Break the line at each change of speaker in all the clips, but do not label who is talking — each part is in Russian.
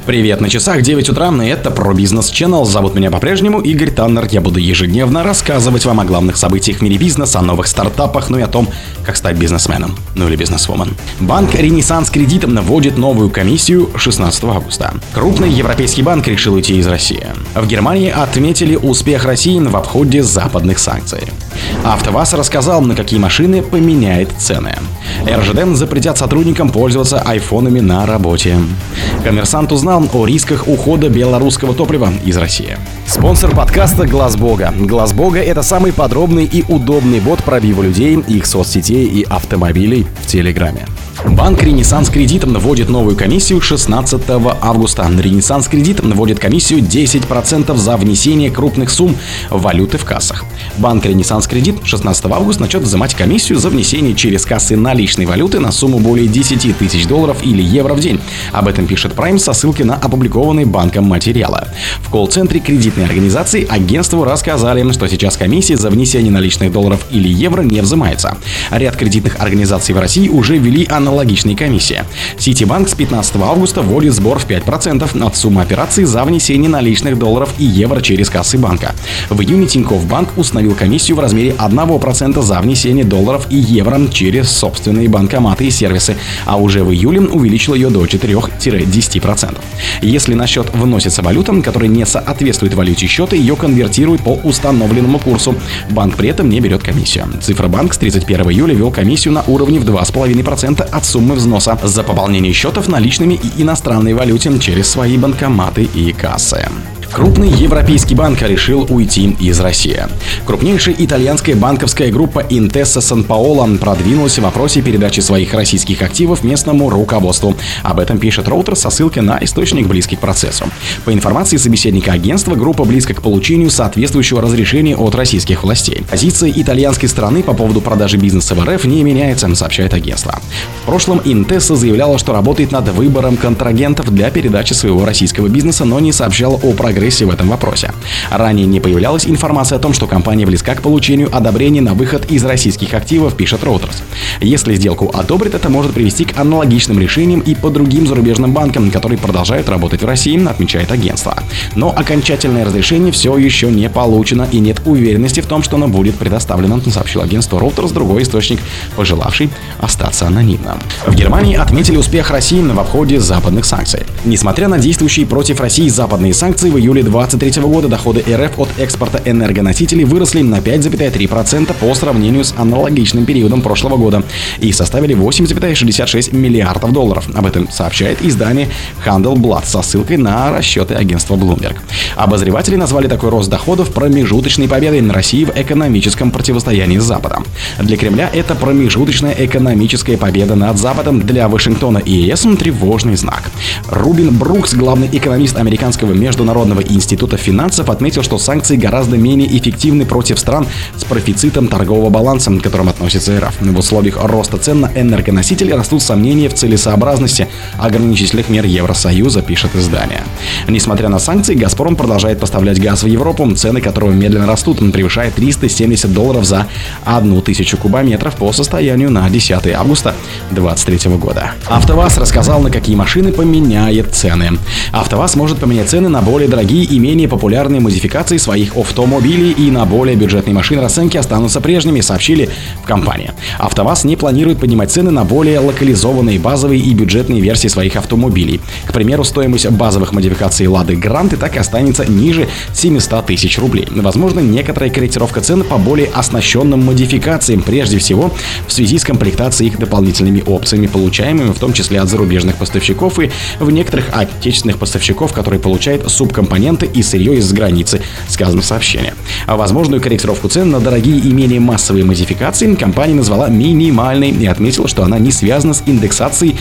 Привет, на часах 9 утра, и это про бизнес Channel. Зовут меня по-прежнему Игорь Таннер. Я буду ежедневно рассказывать вам о главных событиях в мире бизнеса, о новых стартапах, и о том, как стать бизнесменом, или бизнесвумен. Банк Ренессанс Кредит вводит новую комиссию 16 августа. Крупный европейский банк решил уйти из России. В Германии отметили успех России в обходе западных санкций. АвтоВАЗ рассказал, на какие машины поменяет цены. РЖД запретят сотрудникам пользоваться айфонами на работе. Коммерсант узнал о рисках ухода белорусского топлива из России. Спонсор подкаста Глаз Бога. Глаз Бога — это самый подробный и удобный бот пробива людей, их соцсетей и автомобилей в Телеграме. Банк Ренессанс Кредит вводит новую комиссию 16 августа. Ренессанс Кредит вводит комиссию 10% за внесение крупных сумм валюты в кассах. Банк Ренессанс Кредит 16 августа начнет взимать комиссию за внесение через кассы наличной валюты на сумму более 10 тысяч долларов или евро в день. Об этом пишет Prime со ссылки на опубликованные банком материалы. В колл-центре кредитной организации агентству рассказали, что сейчас комиссия за внесение наличных долларов или евро не взимается. Ряд кредитных организаций в России уже ввели аналогичные комиссии. Ситибанк с 15 августа вводит сбор в 5% от суммы операций за внесение наличных долларов и евро через кассы банка. В июне Тинькофф Банк установил комиссию в размере 1% за внесение долларов и евро через собственные банкоматы и сервисы, а уже в июле увеличил ее до 4-10%. Если на счет вносится валюта, которая не соответствует валюте счета, ее конвертируют по установленному курсу. Банк при этом не берет комиссию. Цифробанк с 31 июля ввел комиссию на уровне в 2,5% от суммы взноса за пополнение счетов наличными и иностранной валюте через свои банкоматы и кассы. Крупный европейский банк решил уйти из России. Крупнейшая итальянская банковская группа Intesa Sanpaolo продвинулась в вопросе передачи своих российских активов местному руководству. Об этом пишет Reuters со ссылкой на источник, близкий к процессу. По информации собеседника агентства, группа близка к получению соответствующего разрешения от российских властей. Позиция итальянской стороны по поводу продажи бизнеса в РФ не меняется, сообщает агентство. В прошлом Intesa заявляла, что работает над выбором контрагентов для передачи своего российского бизнеса, но не сообщала о прогрессе в этом вопросе. Ранее не появлялась информация о том, что компания близка к получению одобрения на выход из российских активов, пишет Reuters. Если сделку одобрят, это может привести к аналогичным решениям и по другим зарубежным банкам, которые продолжают работать в России, отмечает агентство. Но окончательное разрешение все еще не получено и нет уверенности в том, что оно будет предоставлено, сообщил агентство Reuters, другой источник, пожелавший остаться анонимным. В Германии отметили успех России в обходе западных санкций. Несмотря на действующие против России западные санкции, в июле 2023 года доходы РФ от экспорта энергоносителей выросли на 5,3% по сравнению с аналогичным периодом прошлого года и составили 8,66 миллиардов долларов. Об этом сообщает издание Handelsblatt со ссылкой на расчеты агентства Bloomberg. Обозреватели назвали такой рост доходов промежуточной победой на России в экономическом противостоянии с Западом. Для Кремля это промежуточная экономическая победа над Западом, для Вашингтона и ЕС тревожный знак. Рубин Брукс, главный экономист американского международного института финансов, отметил, что санкции гораздо менее эффективны против стран с профицитом торгового баланса, к которым относится РФ. В условиях роста цен на энергоносители растут сомнения в целесообразности ограничительных мер Евросоюза, пишет издание. Несмотря на санкции, «Газпром» продолжает поставлять газ в Европу, цены которого медленно растут, превышая $370 за 1000 кубометров по состоянию на 10 августа 2023 года. АвтоВАЗ рассказал, на какие машины поменяет цены. АвтоВАЗ может поменять цены на более дорогие и менее популярные модификации своих автомобилей, и на более бюджетные машины расценки останутся прежними, сообщили в компании. АвтоВАЗ не планирует поднимать цены на более локализованные базовые и бюджетные версии своих автомобилей. К примеру, стоимость базовых модификаций Lada Granta так и останется ниже 700 тысяч рублей. Возможно, некоторая корректировка цен по более оснащенным модификациям, прежде всего в связи с комплектацией их дополнительными опциями, получаемыми в том числе от зарубежных поставщиков и в некоторых отечественных поставщиков, которые получают субкомпоненты и сырье из-за границы, сказано в сообщении. А возможную корректировку цен на дорогие и менее массовые модификации компания назвала минимальной и отметила, что она не связана с индексацией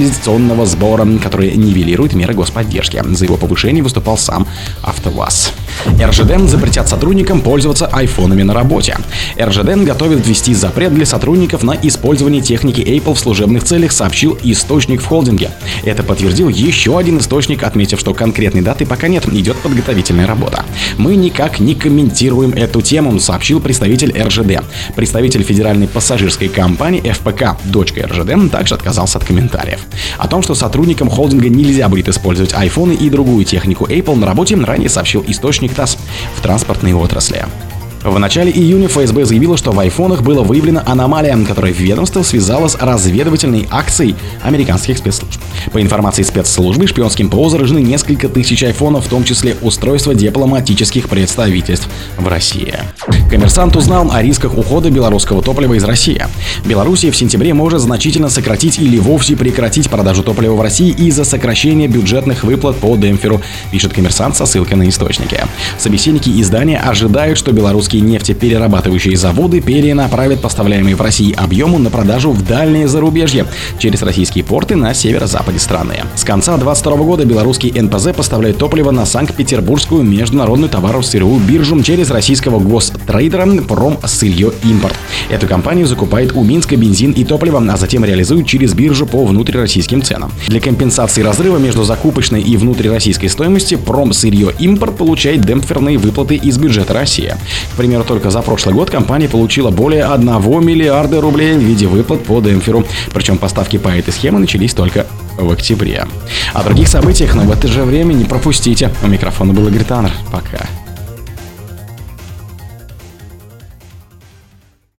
утилизационного сбора, который нивелирует меры господдержки. За его повышение выступал сам АвтоВАЗ. РЖД запретят сотрудникам пользоваться айфонами на работе. РЖД готовит ввести запрет для сотрудников на использование техники Apple в служебных целях, сообщил источник в холдинге. Это подтвердил еще один источник, отметив, что конкретной даты пока нет, идет подготовительная работа. Мы никак не комментируем эту тему, сообщил представитель РЖД. Представитель федеральной пассажирской компании ФПК «Дочка РЖД» также отказался от комментариев. О том, что сотрудникам холдинга нельзя будет использовать айфоны и другую технику Apple на работе, ранее сообщил источник ТАСС в транспортной отрасли. В начале июня ФСБ заявило, что в айфонах была выявлена аномалия, которая ведомство связало с разведывательной акцией американских спецслужб. По информации спецслужбы, шпионским ПО заражены несколько тысяч айфонов, в том числе устройства дипломатических представительств в России. Коммерсант узнал о рисках ухода белорусского топлива из России. Белоруссия в сентябре может значительно сократить или вовсе прекратить продажу топлива в России из-за сокращения бюджетных выплат по демпферу, пишет Коммерсант со ссылкой на источники. Собеседники издания ожидают, что белорусские нефтеперерабатывающие заводы перенаправят поставляемые в России объемы на продажу в дальнее зарубежье через российские порты на северо-западе страны. С конца 2022 года белорусский НПЗ поставляет топливо на Санкт-Петербургскую международную товарно-сырьевую биржу через российского гострейдера Промсырье-Импорт. Эту компанию закупает у Минска бензин и топливо, а затем реализует через биржу по внутрироссийским ценам. Для компенсации разрыва между закупочной и внутрироссийской стоимостью Промсырье-Импорт получает демпферные выплаты из бюджета России. К примеру, только за прошлый год компания получила более 1 миллиарда рублей в виде выплат по демпферу. Причем поставки по этой схеме начались только в октябре. О других событиях, но в это же время не пропустите. У микрофона был Игорь Таннер. Пока.